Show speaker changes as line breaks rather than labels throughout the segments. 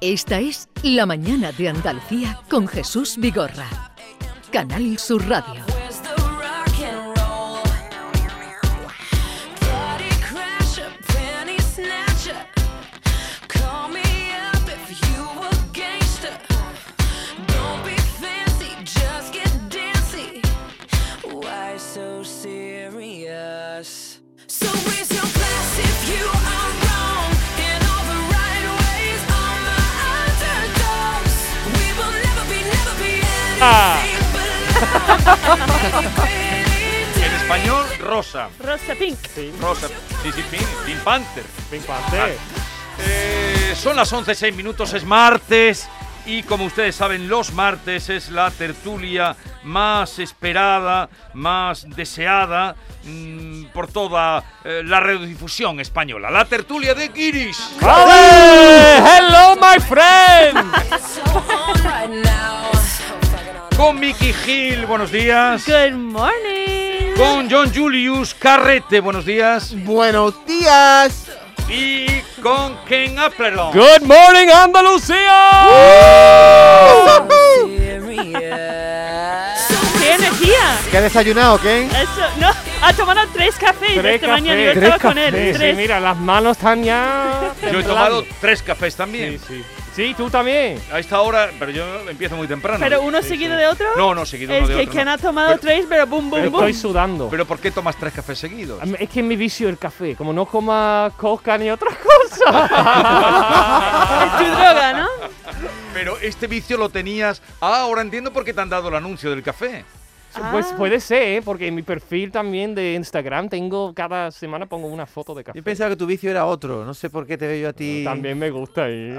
Esta es La Mañana de Andalucía con Jesús Vigorra. Canal Sur Radio.
En español, rosa.
Rosa Pink.
Sí. Rosa. Sí, Pink Panther.
Pink Panther.
Son las 11:06, es martes. Y como ustedes saben, los martes es la tertulia más esperada, más deseada por toda la radiodifusión española. La tertulia de Guiris.
¡Hello, my friend!
Con Miki Gil, buenos días.
Good morning.
Con John Julius Carrete, buenos días.
Buenos días.
Y con Ken Applelon.
Good morning, Andalucía.
¡Qué energía!
¿Qué ha desayunado, Ken?
Eso, no, ha tomado 3 cafés esta mañana. Yo estaba con él.
Sí,
3.
mira, las manos están ya...
Yo he tomado 3 cafés también.
Sí. Sí, tú también.
A esta hora, pero yo empiezo muy temprano.
¿Pero uno seguido de otro?
No, seguido uno de otro.
Es que Ken ha tomado 3, pero boom, boom, boom.
Estoy sudando.
¿Pero por qué tomas 3 cafés seguidos?
Es que mi vicio el café. Como no coma coca ni otra cosa.
Es tu droga, ¿no?
Pero este vicio lo tenías... ahora entiendo por qué te han dado el anuncio del café.
Pues puede ser, porque en mi perfil también de Instagram cada semana pongo una foto de café.
Yo pensaba que tu vicio era otro. No sé por qué te veo yo a ti.
También me gusta ahí.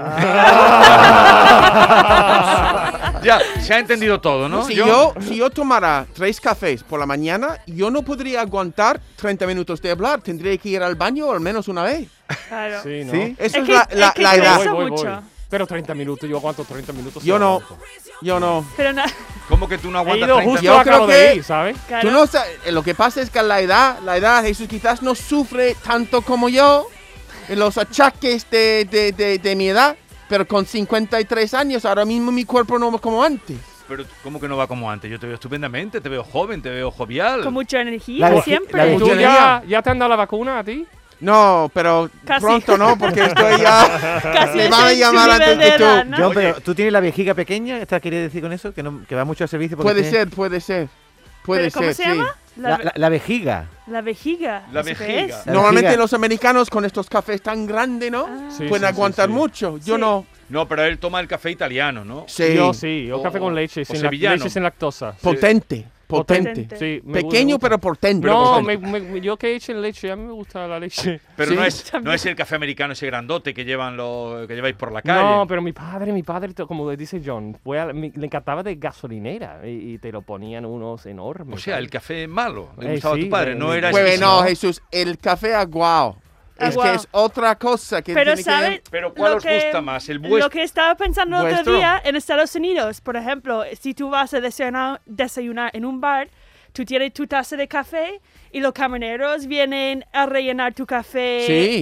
Ya, se ha entendido todo, ¿no?
Si yo tomara 3 cafés por la mañana, yo no podría aguantar 30 minutos de hablar. Tendría que ir al baño al menos una vez.
Claro.
Sí, ¿no?
¿Sí? Eso es
que
la
te
edad.
cansa mucho.
Pero 30 minutos, yo aguanto 30 minutos.
Yo no.
Pero no,
¿Cómo que tú no
He
aguantas
ido
30
justo
Yo
acabo
creo
de
que-
ir, ¿sabes?
claro.
Tú no sabes, lo que pasa es que la edad, Jesús quizás no sufre tanto como yo en los achaques de mi edad, pero con 53 años ahora mismo mi cuerpo no va como antes.
Pero ¿cómo que no va como antes? Yo te veo estupendamente, te veo joven, te veo jovial.
con mucha energía
La
siempre.
¿Tú ya te han dado la vacuna a ti?
No, pero
Casi.
pronto no, porque estoy ya...
Casi
Me
es
van a
en su
llamar
nivel
antes
de
que tú.
edad, ¿no?
John,
Oye.
pero ¿tú tienes la vejiga pequeña? ¿Esta quiere decir con eso? Que va mucho al servicio. porque
Puede
tiene-
ser. Puede
¿Cómo
ser,
se
sí.
llama?
La vejiga.
La vejiga.
La
¿Eso qué
vejiga.
es?
La
Normalmente
vejiga.
los americanos con estos cafés tan grandes, ¿no?
Sí,
Pueden
sí,
aguantar
sí.
mucho. Yo
Sí.
no.
No, pero él toma el café italiano, ¿no?
Sí.
Yo café con leche, sin
sevillano.
leche sin lactosa.
Potente.
Potente.
Sí, me
Pequeño
gusta.
pero potente.
No, yo que echen leche, a mí me gusta la leche.
Pero
Sí.
no es el café americano ese grandote que lleváis por la calle.
No, pero mi padre, como dice John, le encantaba de gasolinera y te lo ponían unos enormes.
O sea, el café malo. Le
Eh,
gustaba a
sí,
tu padre, no era
Pues
ese.
no, Jesús, el café aguao. Es
Aguao.
que es otra cosa que
Pero
tiene que
¿sabes?
ver.
Pero ¿cuál
Lo
os
que-
gusta más? ¿El
Lo
vuestro?
que estaba pensando el otro
¿Vuestro?
día, en Estados Unidos, por ejemplo, si tú vas a desayunar en un bar, tú tienes tu taza de café y los camareros vienen a rellenar tu café
Sí.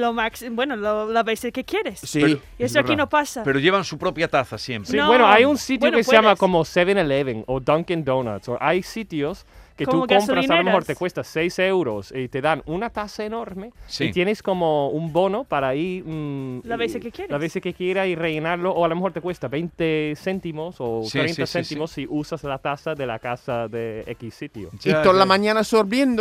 las veces que quieres.
Sí.
Pero-
Y eso aquí no pasa.
Pero llevan su propia taza siempre.
Sí,
No,
bueno, hay un sitio
bueno,
que se llama
puedes.
como 7-Eleven o Dunkin' Donuts. O hay sitios que
Como
tú compras, a lo mejor
gasolineras.
te cuesta 6 euros y te dan una taza enorme
Sí.
y tienes como un bono para ir...
Las veces que quieres.
Las veces que quieras y rellenarlo. O a lo mejor te cuesta 20 céntimos o
Sí,
30
sí, sí,
céntimos si usas la taza de la casa de X sitio.
Y toda la mañana sorbiendo.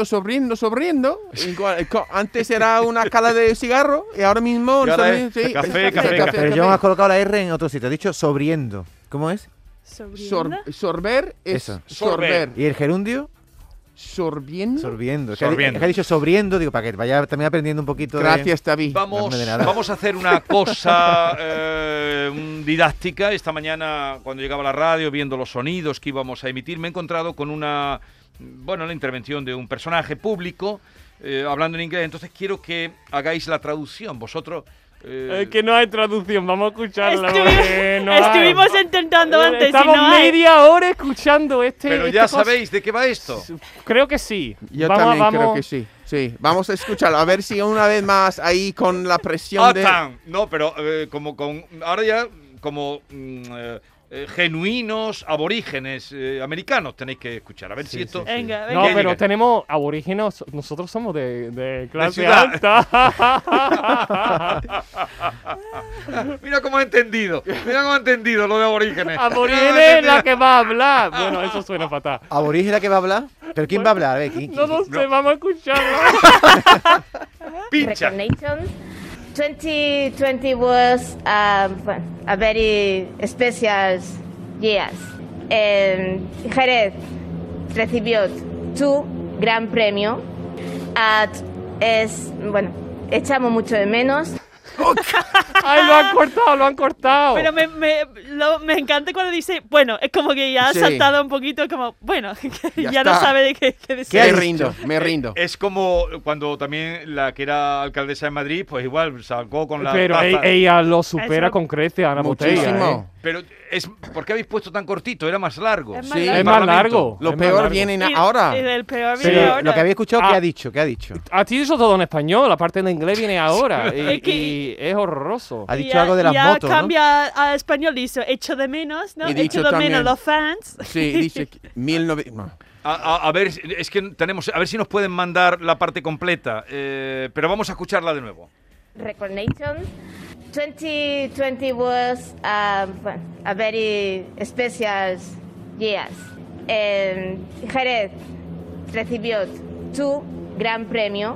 Antes era una cala de cigarro y ahora mismo...
Y ahora
sorbiendo,
es
sí,
café,
es
café, café.
Pero John has colocado la R en otro sitio. Ha dicho sobriendo. ¿Cómo es?
¿Sobrienda?
Sorber es
Eso.
sorber.
¿Y el gerundio?
Sorbiendo.
Sorbiendo.
Sorbiendo.
Es que ha dicho sobriendo, digo, para que vaya también aprendiendo un poquito
Gracias, David.
Vamos,
No, de nada.
vamos a hacer una cosa didáctica. Esta mañana, cuando llegaba a la radio, viendo los sonidos que íbamos a emitir, me he encontrado con la intervención de un personaje público hablando en inglés. Entonces quiero que hagáis la traducción. Vosotros...
Es que no hay traducción, vamos a escucharla.
Estuvimos intentando antes y
Estamos
no hay.
media hora escuchando
pero ya sabéis de qué va esto.
Creo que sí.
Yo
vamos,
también
vamos,
creo que sí. Sí, vamos a escucharlo. A ver si una vez más ahí con la presión de...
No, pero como con... Ahora ya como... genuinos aborígenes americanos tenéis que escuchar. A ver si esto...
Venga,
No,
venga.
pero tenemos aborígenes, nosotros somos de clase
ciudad.
alta.
Mira cómo ha entendido. Mira cómo ha entendido lo de aborígenes.
Aborígenes la que va a hablar. Bueno, eso suena fatal.
¿Aborígena que va a hablar? ¿Pero quién va a hablar? A ver,
No lo sé, vamos a escucharlo.
Pincha.
Recognition. 2020 was a very special year. Jerez recibió 2 gran premios. Echamos mucho de menos.
Ay, lo han cortado.
Pero me encanta cuando dice, bueno, es como que ya ha
Sí.
saltado un poquito, como, bueno, que
Ya
ya no
está.
sabe de qué decir.
Me rindo.
Es como cuando también la que era alcaldesa de Madrid, pues igual sacó con la
Pero
taza.
ella lo supera
Eso.
con creces a la botella.
Muchísimo.
Pero ¿por qué habéis puesto tan cortito? Era más largo.
Es más
Sí.
largo.
Es más largo.
Lo
es más
peor
largo.
viene
Y-
ahora.
y el peor
Pero
viene ahora.
lo que había escuchado,
Ah.
¿qué ha dicho? ¿Qué ha dicho?
A ti eso todo en español, la parte de inglés viene ahora.
Es que-
y es horroroso.
Ha
Y
dicho algo de las
ya
motos, ¿no?
cambia a español, dice, echo de menos, ¿no?
Y dicho
Echo de
también-
menos los fans.
Sí, dice 1900... no.
A ver, es que tenemos... A ver si nos pueden mandar la parte completa. Pero vamos a escucharla de nuevo.
Recognition. 2020 was a very special year. Jerez recibió 2 gran premios.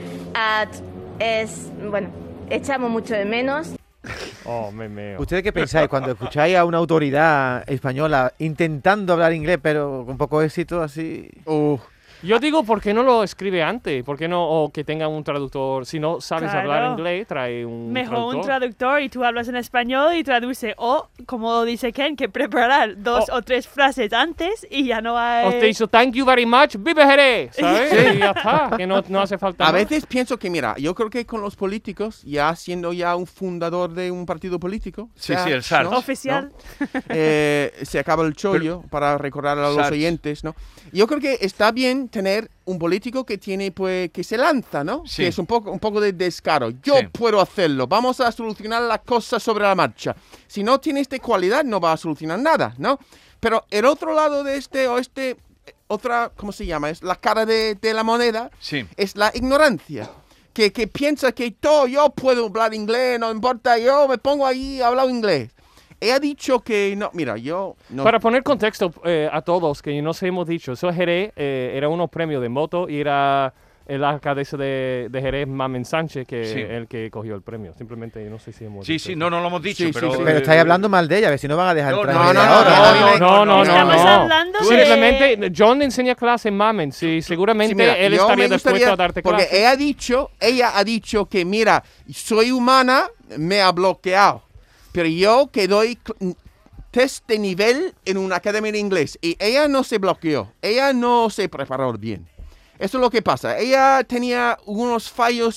Echamos mucho de menos.
Oh, me meo.
¿Ustedes qué pensáis cuando escucháis a una autoridad española intentando hablar inglés, pero con poco éxito, así?
Yo digo, ¿por qué no lo escribe antes? ¿Por qué no? O que tenga un traductor. Si no sabes
Claro.
hablar inglés, trae un
Mejor un
traductor.
traductor y tú hablas en español y traduce. O, como dice Ken, que preparar 2 o 3 frases antes y ya no hay...
O te dice, thank you very much, vive Jerez, ¿sabes?
Sí.
Y ya está, que no hace falta
A
más.
veces pienso que, mira, yo creo que con los políticos, ya siendo ya un fundador de un partido político...
Sí, sí, el SAR.
¿no?
Oficial.
¿no? Se acaba el chollo para recordar a los
SARS.
oyentes, ¿no? Yo creo que está bien tener un político que tiene, pues, que se lanza, ¿no?
Sí.
Que es un poco de descaro. Yo
Sí.
puedo hacerlo. Vamos a solucionar las cosas sobre la marcha. Si no tiene esta cualidad, no va a solucionar nada, ¿no? Pero el otro lado de otra, ¿cómo se llama? Es la cara de la moneda.
Sí.
Es la ignorancia. Que piensa que todo, yo puedo hablar inglés, no importa, yo me pongo ahí a hablar inglés. Ella ha dicho que no, mira, yo no.
Para poner contexto a todos, que nos hemos dicho, eso Jerez era unos premios de moto y era la alcaldesa de Jerez, Mamen Sánchez, que
Sí.
el que cogió el premio. Simplemente, no sé si hemos
Sí,
dicho
sí,
eso.
no lo hemos dicho,
Sí,
pero...
sí, sí.
Pero estáis hablando mal de ella, a ver si no van a dejar
No,
entrar
no,
en
no,
ella
no,
ahora.
No.
Estamos hablando de-
Simplemente, John enseña clase en Mamen. Sí, seguramente
Sí, mira,
él
yo
estaría
me gustaría-
dispuesto a darte
porque
clase.
ella ha dicho que, mira, soy humana, me ha bloqueado. Pero yo que doy test de nivel en una academia de inglés y ella no se bloqueó, ella no se preparó bien. Eso es lo que pasa. Ella tenía unos fallos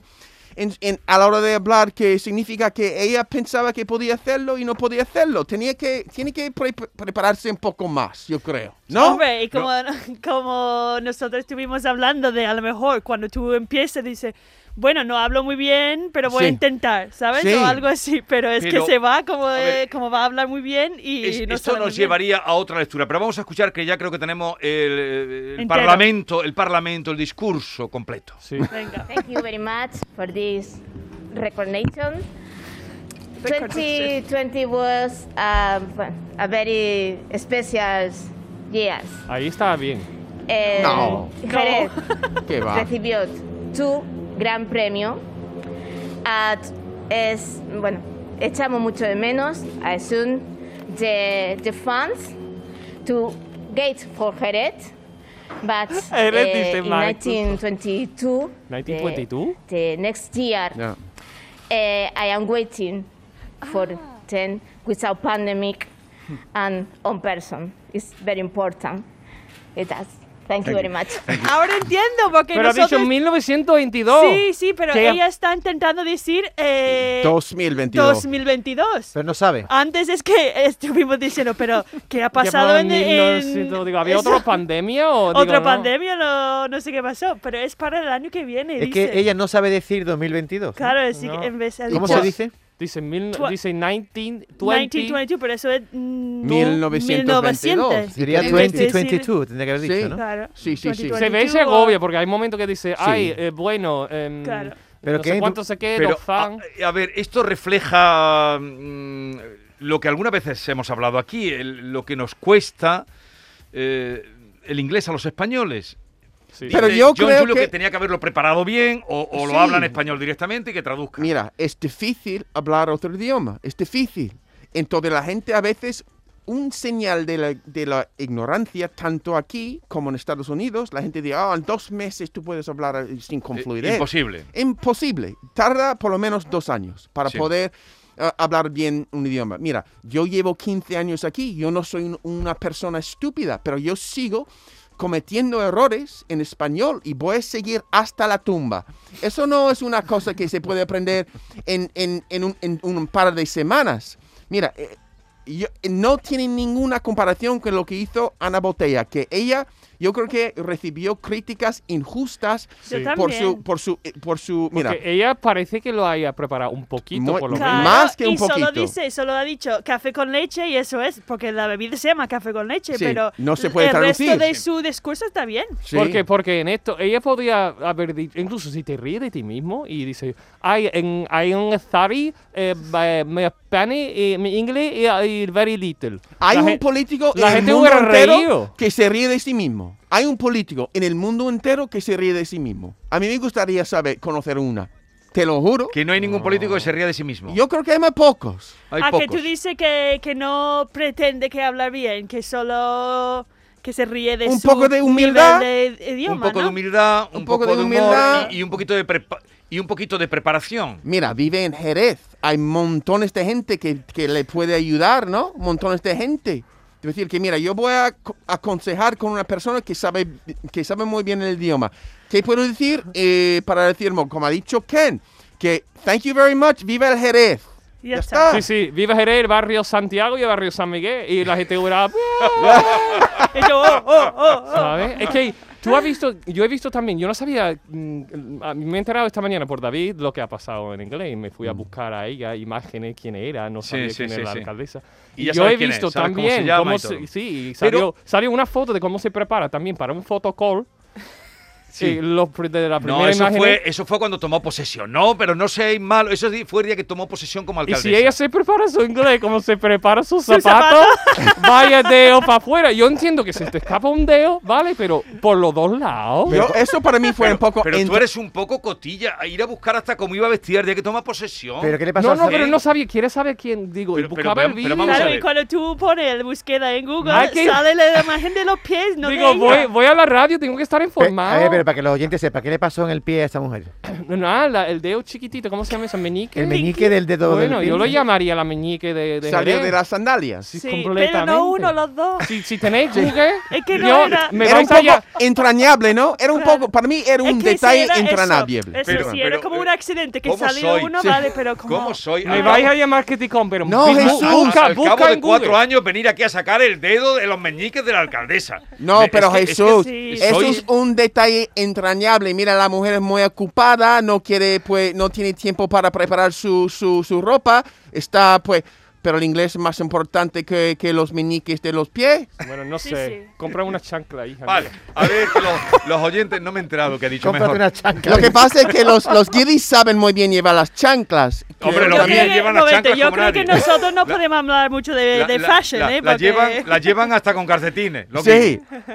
a la hora de hablar que significa que ella pensaba que podía hacerlo y no podía hacerlo. Tiene que prepararse un poco más, yo creo. ¿No?
Hombre, y como nosotros estuvimos hablando de a lo mejor cuando tú empiezas, dices, bueno, no hablo muy bien, pero voy a
Sí.
intentar, ¿sabes?
Sí.
O algo así, pero es
Pero,
que se va como,
a ver,
como va a hablar muy bien y no
esto
sale muy
nos
bien.
llevaría a otra lectura, pero vamos a escuchar que ya creo que tenemos el
Entero.
parlamento, el discurso completo.
Sí.
Venga.
Thank you very much for this recognition. 2020 was a very special year.
Ahí está bien.
No.
Jerez
¿Qué va?
recibió 2 gran premios. Echamos mucho de menos. I assume the funds to get for Jerez. But
Jerez dice
in
mal,
1922,
1922?
the next year,
No.
I am waiting for 10 without pandemic and on person. It's very important. It does. Thank you very much.
Ahora entiendo, porque
Pero ha dicho
nosotros...
1922.
Sí, pero
¿Qué?
ella está intentando decir
2022.
2022.
Pero no sabe.
Antes es que estuvimos diciendo, pero ¿qué ha pasado en
1900, digo, ¿había
eso?
otra pandemia o digo,
Otra
no?
pandemia? No sé qué pasó, pero es para el año que viene.
Es
dice.
que ella no sabe decir 2022.
Claro, es
No.
en vez de...
¿Cómo se dice?
Dice,
Tw-
dice 1920.
1922, pero eso es...
1922.
Diría
En vez de
2022, tendría que haber dicho,
Sí.
¿no?
Claro.
Sí.
Se ve y
2022
se agobia porque hay momentos que dice, ay, bueno,
Claro.
Pero
no
que
sé cuánto se queda,
Pero,
fan.
a ver, esto refleja lo que algunas veces hemos hablado aquí, lo que nos cuesta el inglés a los españoles.
Sí.
Pero
Dice
yo
John
creo
Julio
que-
tenía que haberlo preparado bien o
Sí.
lo habla en español directamente y que traduzca.
Mira, es difícil hablar otro idioma, es difícil. Entonces la gente a veces, un señal de la ignorancia, tanto aquí como en Estados Unidos, la gente dice, en 2 meses tú puedes hablar sin con fluidez.
Imposible.
Imposible. Tarda por lo menos 2 años para
Sí.
poder hablar bien un idioma. Mira, yo llevo 15 años aquí, yo no soy una persona estúpida, pero yo sigo cometiendo errores en español y voy a seguir hasta la tumba. Eso no es una cosa que se puede aprender en un par de semanas. Mira, no tiene ninguna comparación con lo que hizo Ana Botella, que ella, yo creo que recibió críticas injustas
Yo
Sí.
también.
por su, mira,
Porque ella parece que lo haya preparado un poquito,
Muy-
por lo
Claro,
menos.
Más que un
y solo
poquito.
solo ha dicho café con leche y eso es, porque la bebida se llama café con leche,
Sí,
pero
no se puede
el resto
traducir.
de su discurso está bien.
sí.
Porque en esto, ella podría haber dicho, incluso si te ríes de ti mismo y dices, hay un study, my Spanish, mi inglés y very little.
Hay
La
un
gen-
político en
la
el
gente
mundo
hubiera
entero
reído.
que se ríe de sí mismo. Hay un político en el mundo entero que se ríe de sí mismo. A mí me gustaría conocer una. Te lo juro.
Que no hay ningún político que se ría de sí mismo.
Yo creo que hay más pocos.
Hay
Que
pocos.
tú dices que no pretende que habla bien, que solo que se ríe de
Un
su
poco de humildad.
nivel de idioma,
Un poco
¿no?
de humildad, un poco de humor
humildad.
y un poquito de y un poquito de preparación.
Mira, vive en Jerez. Hay montones de gente que le puede ayudar, ¿no? Montones de gente. Es decir, que mira, yo voy a aconsejar con una persona que sabe muy bien el idioma. ¿Qué puedo decir? Para decir, como ha dicho Ken, que thank you very much, viva el Jerez.
Ya
Ya
está.
está.
Sí, viva Jerez, el barrio Santiago y el barrio San Miguel. Y la gente hubiera...
Y yo,
¿Sabes? Es que tú has visto, yo he visto también, yo no sabía, me he enterado esta mañana por David lo que ha pasado en inglés y me fui a buscar a ella imágenes, quién era, no sabía
Sí,
quién
sí,
era la
sí.
alcaldesa.
Y ya
yo
sabes
he
quién es,
visto
sabes cómo se
también
llama
cómo
y todo.
sí,
Pero-
salió una foto de cómo se prepara también para un photocall.
Sí.
De la primera
No, eso
imagen.
eso fue cuando tomó posesión. No, pero no seáis malo. Eso fue el día que tomó posesión como
Y
alcaldesa.
si ella se prepara su inglés, como se prepara su
Su
zapato, vaya dedo para afuera. Yo entiendo que se te escapa un dedo, ¿vale? Pero por los dos lados.
Eso para mí fue un poco...
Pero tú eres un poco cotilla. A ir a buscar hasta cómo iba a vestir el día que toma posesión.
¿Pero qué le pasó
No,
al
no,
Jerez?
pero no sabía. ¿Quieres saber quién? Digo, y
Pero
buscaba el
pero
vídeo.
vamos a
Claro,
ver.
y cuando tú pones la búsqueda en Google,
Hay que-
sale la imagen de los pies, no
Digo,
de ella.
voy a la radio, tengo que estar
A
informado.
ver, pero para que los oyentes sepan, ¿qué le pasó en el pie a esta mujer?
No, el dedo chiquitito, ¿cómo se llama eso? ¿Meñique?
El meñique del dedo
Bueno,
del
yo lo
pie.
llamaría la meñique de
Salió
Jerez.
de las sandalias.
Sí,
Sí, pero
completamente.
no uno, los dos.
Si tenéis Google,
Es que no
yo
era-
me
Era un
vais a
poco entrañable, ¿no? Era un poco... Para mí era un
Es que
detalle
sí, era
entrañable.
Eso
Pero-
sí, era
pero,
como un accidente que
¿cómo
salió
soy?
uno,
Sí.
vale, pero como...
¿Cómo soy?
Me vais a llamar criticón, pero
No, Jesús.
busca
al cabo de
en
4
Google.
años venir aquí a sacar el dedo de los meñiques de la alcaldesa.
No, pero
Es que
Jesús,
sí.
eso
soy-
es un detalle entrañable. Mira, la mujer es muy ocupada, no quiere, pues, no tiene tiempo para preparar su ropa. Está, pues, pero el inglés es más importante que los meñiques de los pies.
Bueno, no
Sí,
sé.
sí.
Compra una chancla, hija.
Vale, a ver, que los oyentes no me he enterado que ha dicho
Cómprate
mejor.
una chancla.
Lo que pasa es que los guiris saben muy bien llevar las chanclas.
Hombre,
Que
los
Yo
míos
creo que,
llevan las
momento,
chanclas
yo
como
creo que
nadie.
nosotros no podemos hablar mucho de fashion,
la
porque...
la llevan hasta con calcetines. los
Sí,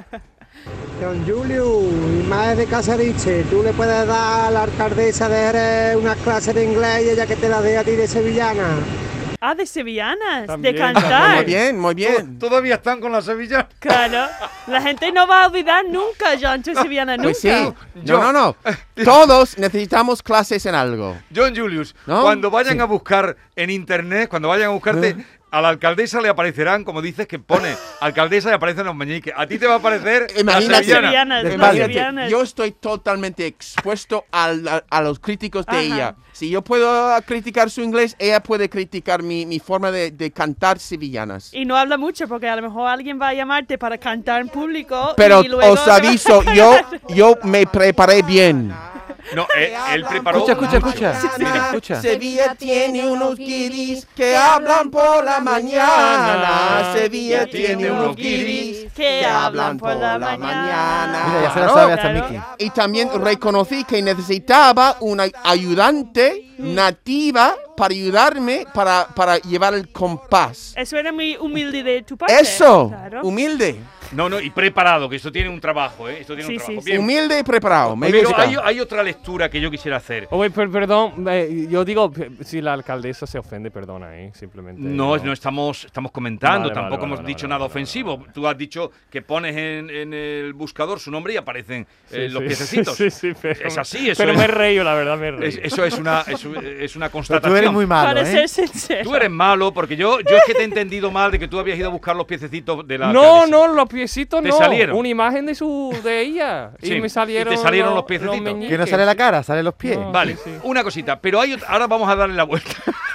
Don Julio, mi madre de Casariche, tú le puedes dar a la alcaldesa de Jerez una clase de inglés y ella que te la dé a ti de sevillana.
Ah, de sevillanas,
También,
de cantar.
muy bien, muy bien.
Todavía están con la sevilla.
Claro, la gente no va a olvidar nunca, John, tu sevillana, nunca.
Pues sí.
Yo-
No. Todos necesitamos clases en algo.
John Julius,
¿No?
cuando vayan
Sí.
a buscar en internet, cuando vayan a buscarte, A la alcaldesa le aparecerán, como dices, que pone alcaldesa y aparecen los meñiques. A ti te va a aparecer la
Imagínate.
sevillana.
Imagínate, yo estoy totalmente expuesto a los críticos de ella. Si yo puedo criticar su inglés, ella puede criticar mi forma de cantar sevillanas.
Y no habla mucho porque a lo mejor alguien va a llamarte para cantar en público.
Pero
y luego
os aviso, yo me preparé bien.
No, él preparó...
Escucha.
Sevilla tiene unos guiris que hablan por la mañana. Sevilla tiene unos guiris
que hablan por la mañana.
Mira, ya se la sabe hasta Miki.
Y también reconocí que necesitaba una ayudante nativa para ayudarme para llevar el compás.
Eso era muy humilde de tu parte.
Eso,
Claro.
humilde.
No, y preparado, que esto tiene un trabajo, ¿eh? Esto tiene un
Sí,
trabajo.
sí,
Bien.
Humilde y preparado. Me
Pero
gusta.
hay otra lectura que yo quisiera hacer.
Oye, perdón, yo digo, si la alcaldesa se ofende, perdona, simplemente.
No estamos comentando,
Vale,
tampoco
vale,
hemos
vale,
dicho
vale,
nada
vale,
ofensivo. Tú has dicho que pones en el buscador su nombre y aparecen los
Sí,
piececitos.
sí, pero,
Es así, eso
pero
es,
me he reído, la verdad, me he reído.
eso es una
Pero
constatación.
tú eres muy malo,
Para ser
¿eh?
sincero.
Tú eres malo porque yo es que te he entendido mal de que tú habías ido a buscar los piececitos de la
No,
alcaldesa.
los piecitos
¿Te
no.
salieron?
Una imagen de ella.
Sí,
Y me salieron,
y te salieron los piececitos.
meñiques.
Que no sale la cara, salen los pies.
No.
Vale,
Sí.
una cosita, pero ahora vamos a darle la vuelta.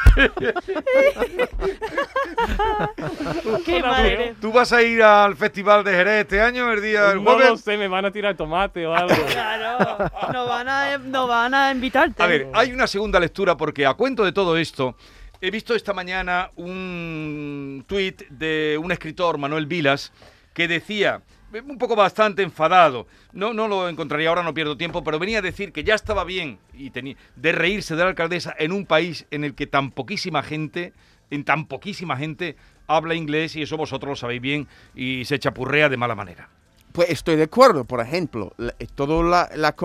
Qué madre.
¿Tú vas a ir al Festival de Jerez este año, el día del
No
jueves?
lo sé, me van a tirar tomate o algo.
Claro. No van a invitarte.
A ver, hay una segunda lectura porque a cuento de todo esto, he visto esta mañana un tuit de un escritor, Manuel Vilas, que decía, un poco bastante enfadado, no lo encontraría ahora, no pierdo tiempo, pero venía a decir que ya estaba bien de reírse de la alcaldesa en un país en el que tan poquísima gente habla inglés, y eso vosotros lo sabéis bien, y se chapurrea de mala manera.
Pues estoy de acuerdo. Por ejemplo, todas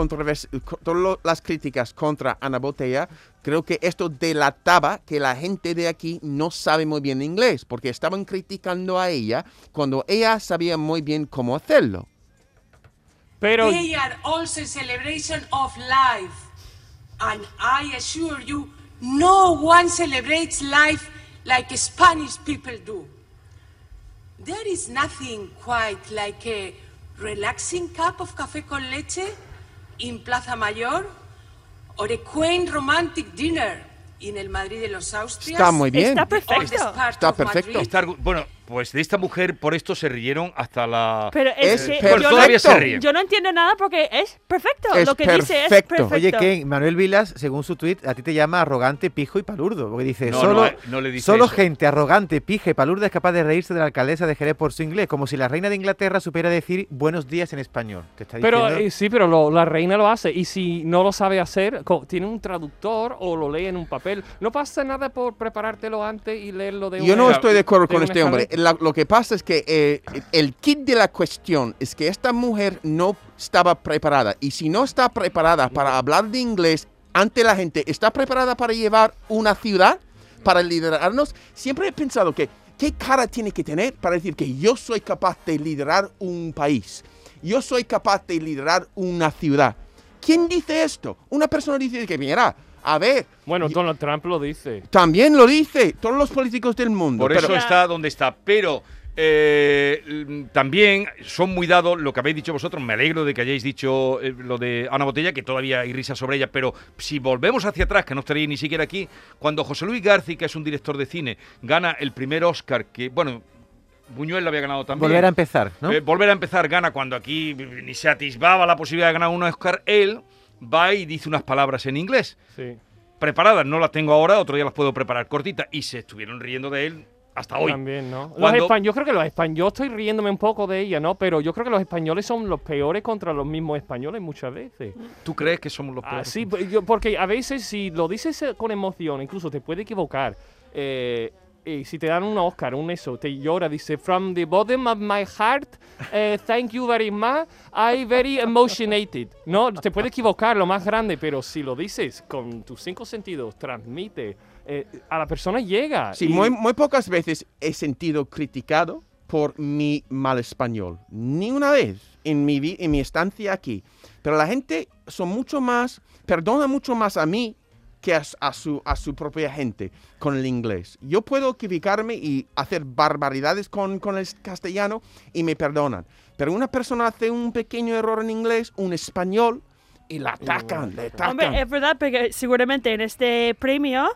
las críticas contra Ana Botella, creo que esto delataba que la gente de aquí no sabe muy bien inglés, porque estaban criticando a ella cuando ella sabía muy bien cómo hacerlo.
Pero
They are also a celebration of life. And I assure you, no one celebrates life like Spanish people do. There is nothing quite like a relaxing cup of café con leche in Plaza Mayor or a quaint romantic dinner in el Madrid de los Austrias.
Está muy bien.
Está perfecto.
or the Spark
Está
of
perfecto.
Madrid.
Bueno, pues de esta mujer por esto se rieron hasta la...
Pero
Es
que
perfecto.
yo,
Todavía se ríen.
yo no entiendo nada porque es perfecto.
Es
Lo que dice es
perfecto.
perfecto.
Oye, que Manuel Vilas, según su tuit, a ti te llama arrogante, pijo y palurdo. Porque dice,
No, no le dice
solo
eso.
gente arrogante, pija y palurda es capaz de reírse de la alcaldesa de Jerez por su inglés, como si la reina de Inglaterra supiera decir buenos días en español. Te está
Pero
diciendo...
sí, pero la reina lo hace. Y si no lo sabe hacer, tiene un traductor o lo lee en un papel. No pasa nada por preparártelo antes y leerlo de
Yo no
una-
estoy de acuerdo
de
con
una
este hombre.
escaleta.
Lo que pasa es que el kit de la cuestión es que esta mujer no estaba preparada. Y si no está preparada para hablar de inglés ante la gente, ¿está preparada para llevar una ciudad, para liderarnos? Siempre he pensado que ¿qué cara tiene que tener para decir que yo soy capaz de liderar un país? Yo soy capaz de liderar una ciudad. ¿Quién dice esto? Una persona dice que, mira, a ver,
Bueno, Donald Trump lo dice.
también lo dice todos los políticos del mundo.
Por
pero-
eso está donde está, pero también son muy dados lo que habéis dicho vosotros. Me alegro de que hayáis dicho lo de Ana Botella, que todavía hay risas sobre ella, pero si volvemos hacia atrás, que no estaréis ni siquiera aquí, cuando José Luis García, que es un director de cine, gana el primer Oscar, que, bueno, Buñuel lo había ganado también.
Volver a empezar, ¿no?
Volver a empezar gana cuando aquí ni se atisbaba la posibilidad de ganar un Oscar. Él va y dice unas palabras en inglés.
Sí.
Preparadas, no las tengo ahora, otro día las puedo preparar cortitas. Y se estuvieron riendo de él hasta hoy.
También, ¿no?
Cuando-
Yo creo que los españoles, yo estoy riéndome un poco de ella, ¿no? Pero yo creo que los españoles son los peores contra los mismos españoles muchas veces.
¿Tú crees que somos los
Ah,
peores?
sí, porque a veces si lo dices con emoción, incluso te puede equivocar. Y si te dan un Oscar, te llora, dice, from the bottom of my heart, thank you very much, I very emotionated. No, te puede equivocar, lo más grande, pero si lo dices con tus 5 sentidos, transmite, a la persona llega.
Sí,
y-
muy pocas veces he sentido criticado por mi mal español. Ni una vez en mi estancia aquí. Pero la gente perdona mucho más a mí que a su propia gente con el inglés. Yo puedo equivocarme y hacer barbaridades con el castellano y me perdonan. Pero una persona hace un pequeño error en inglés, un español, y le atacan.
Hombre, es verdad, porque seguramente en este premio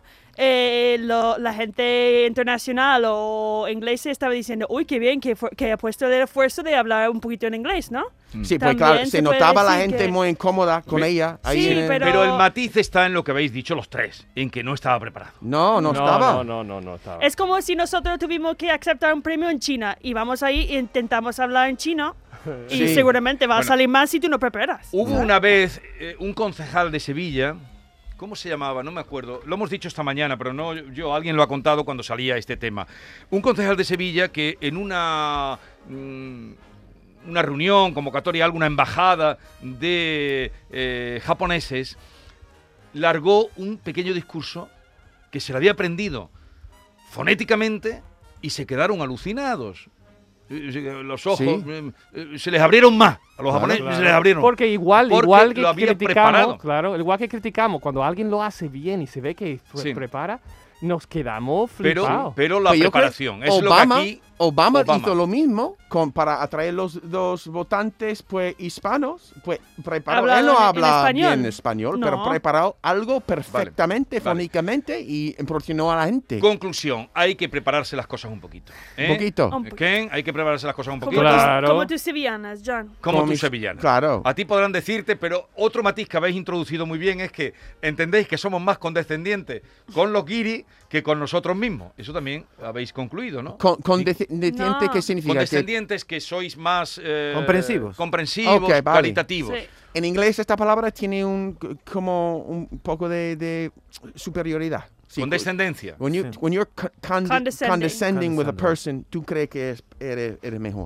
la gente internacional o inglesa estaba diciendo, uy, qué bien que ha puesto el esfuerzo de hablar un poquito en inglés, ¿no?
Sí, pues
También
claro, se
puede
notaba la
decir
gente
que-
muy incómoda con ella. Ahí
Sí,
en el-
Pero el matiz está en lo que habéis dicho los tres, en que no estaba preparado.
No estaba.
No estaba.
Es como si nosotros tuvimos que aceptar un premio en China y vamos ahí e intentamos hablar en chino y
Sí.
seguramente va a
Bueno.
salir mal si tú no preparas.
Hubo una vez un concejal de Sevilla, ¿cómo se llamaba? No me acuerdo. Lo hemos dicho esta mañana, pero no yo, alguien lo ha contado cuando salía este tema. Un concejal de Sevilla que en una reunión, convocatoria, alguna embajada de japoneses, largó un pequeño discurso que se lo había aprendido fonéticamente y se quedaron alucinados. Los ojos
Sí.
se les abrieron más. A los
Claro,
japoneses se les abrieron.
Porque igual
Porque
que
lo había
criticamos,
preparado.
claro, igual que criticamos, cuando alguien lo hace bien y se ve que
Sí.
prepara, nos quedamos
Pero
flipados.
la
Pero yo creo
preparación.
que
Es lo que aquí.
Obama
Obama.
hizo lo mismo para atraer los votantes pues hispanos. Pues preparó.
Habla
Él no
en
habla
español.
bien español,
No.
pero preparó algo perfectamente,
Vale.
fónicamente y impresionó a la gente.
Conclusión, hay que prepararse las cosas un poquito.
Un poquito.
Un
Ken, hay que prepararse las cosas un
Como,
poquito.
Claro.
como tus sevillanas, John.
Como
Como
tus
mis-
sevillanas.
claro.
A ti podrán decirte, pero otro matiz que habéis introducido muy bien es que entendéis que somos más condescendientes con los guiris que con nosotros mismos. Eso también habéis concluido, ¿no?
Condescendiente,
No.
¿qué significa? Que
Condescendientes que sois más
Comprensivos.
comprensivos,
Ok, vale.
caritativos.
Sí.
en inglés esta palabra tiene como un poco de superioridad. Sí,
Condescendencia.
When you're
Condescending.
condescending with a
Condescending.
person, tú crees que eres mejor.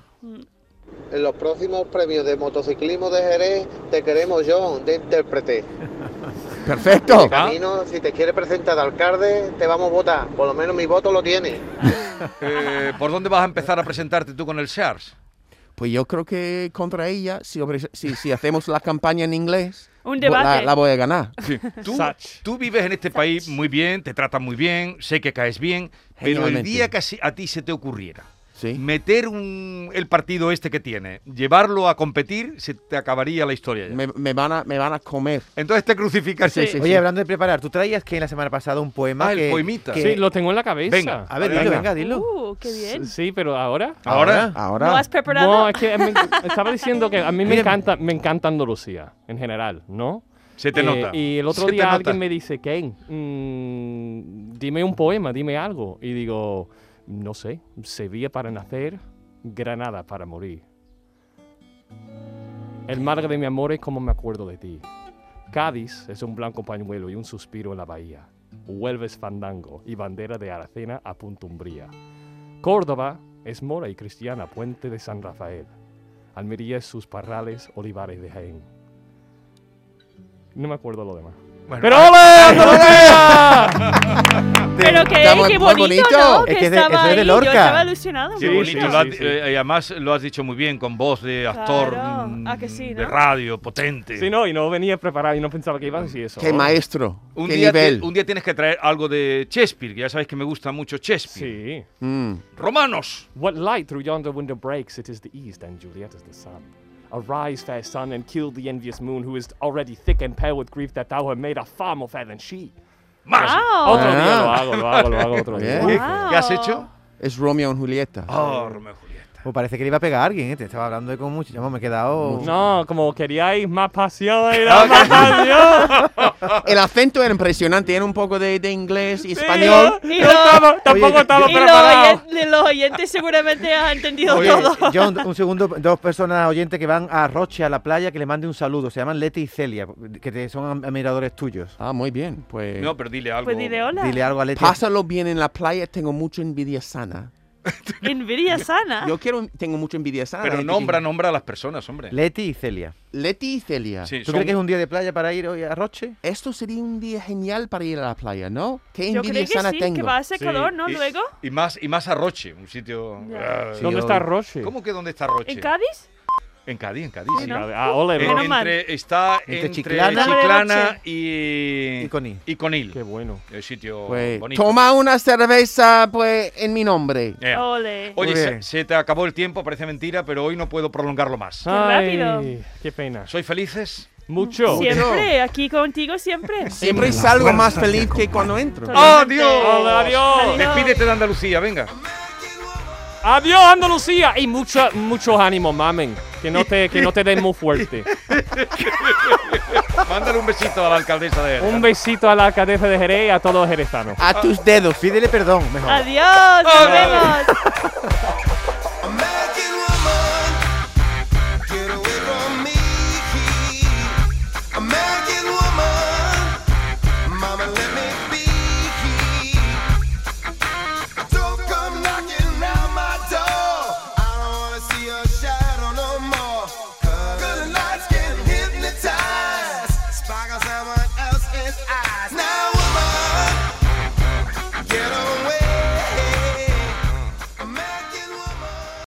En los próximos premios de motociclismo de Jerez te queremos, John, de intérprete.
Perfecto.
De camino, si te quieres presentar de alcalde, te vamos a votar. Por lo menos mi voto lo tiene.
¿Por dónde vas a empezar a presentarte tú con el Shars?
Pues yo creo que contra ella, si hacemos la campaña en inglés,
Un debate.
la voy a ganar.
Tú vives en este país muy bien, te tratan muy bien, sé que caes bien, pero el
Genialmente.
día que a ti se te ocurriera
Sí.
meter el partido este que tiene, llevarlo a competir, se te acabaría la historia ya.
Me van a comer.
Entonces te crucificas.
Sí, sí.
Oye, hablando de preparar, tú traías que la semana pasada un poema
El
que...
poemita.
que-
Sí, lo tengo en la cabeza.
Venga.
A ver, dilo, venga, dilo.
Qué bien.
Sí, pero ahora.
Ahora.
Ahora.
¿No has preparado?
No, es que estaba diciendo que a mí me
Mira.
me encanta Andalucía, en general, ¿no?
Se te nota.
Y el otro
Se te
día
nota.
alguien me dice, Ken, dime un poema, dime algo. Y digo, no sé, Sevilla para nacer, Granada para morir. El mar de mi amor es como me acuerdo de ti. Cádiz es un blanco pañuelo y un suspiro en la bahía. Huelva es fandango y bandera de Aracena a Punta Umbría. Córdoba es mora y cristiana, puente de San Rafael. Almería es sus parrales, olivares de Jaén. No me acuerdo lo demás.
Bueno,
¡Pero ole, Andalucía!
Pero que
Está muy
qué bonito,
bonito.
¿no?
Es
Que
que es de-
estaba
eso es de
ahí, yo
Lorca.
estaba alucinado.
Qué
Sí,
bonito.
sí,
Lo has-
sí, sí.
además lo has dicho muy bien, con voz de actor
Claro. ¿A que sí,
de
no?
radio, potente.
Sí, no, y no venía preparado y no pensaba que ibas a decir eso.
Qué maestro.
Un
Qué
día,
nivel.
un día tienes que traer algo de Shakespeare, que ya sabéis que me gusta mucho Shakespeare.
Sí.
Romanos.
What light through yonder window breaks, it is the east, and Juliet is the sun. Arise, fair sun, and kill the envious moon, who is already thick and pale with grief that thou hast made a far more fair than she.
Más.
Wow.
Otro día
Ah.
lo hago otro día.
Bien.
Wow.
¿Qué has hecho?
Es Romeo y Julieta.
Oh, Romeo y Julieta.
Pues parece que le iba a pegar a alguien, ¿eh? Te estaba hablando de con mucho. Vamos, me he quedado...
No, como queríais más pasión, más pasión.
El acento era impresionante. Era un poco de inglés y español.
Y
No
lo-
tampoco
Oye,
estaba
y
preparado.
los oyentes seguramente han entendido
Oye,
todo.
John, un segundo, dos personas oyentes que van a Roche, a la playa, que le mande un saludo. Se llaman Leti y Celia, que son admiradores tuyos.
Ah, muy bien. Pues
No, pero dile algo.
Pues dile hola.
Dile algo a Leti.
pásalo bien en la playa. Tengo mucha envidia sana.
Envidia sana.
Tengo mucha envidia sana.
Pero
La gente que-
nombra a las personas, hombre.
Leti y Celia.
Leti y Celia.
Sí,
¿Tú
son-
crees que es un día de playa para ir hoy a Roche?
Esto sería un día genial para ir a la playa, ¿no? ¿Qué
Yo
envidia
creo que
sana
sí,
tengo?
que va a hacer
Sí.
calor, ¿no?
y,
Luego.
y más a Roche, un sitio.
Ya.
Sí,
¿Dónde
hoy-
está Roche?
¿Cómo que dónde está Roche?
¿En Cádiz?
En Cádiz,
Sí,
sí.
¿no?
Ole,
Menos mal.
Está
Entre
entre
Chiclana
Chiclana y Conil.
Qué bueno.
El sitio
Pues,
bonito.
toma una cerveza, pues, en mi nombre.
Ole.
Oye,
Muy bien.
se te acabó el tiempo, parece mentira, pero hoy no puedo prolongarlo más.
rápido.
Qué pena.
¿Sois felices?
Mucho.
Siempre, aquí contigo siempre.
Siempre salgo más feliz que cuando entro.
¡Adiós!
Hola, adiós.
Despídete de Andalucía, venga.
Adiós, Andalucía. Y muchos ánimos, mamen. Que no te den muy fuerte.
Mándale un besito a la alcaldesa de Jerez.
Un besito a la alcaldesa de Jerez y a todos los jerezanos.
A tus dedos.
Pídele perdón, mejor.
Adiós, nos vemos.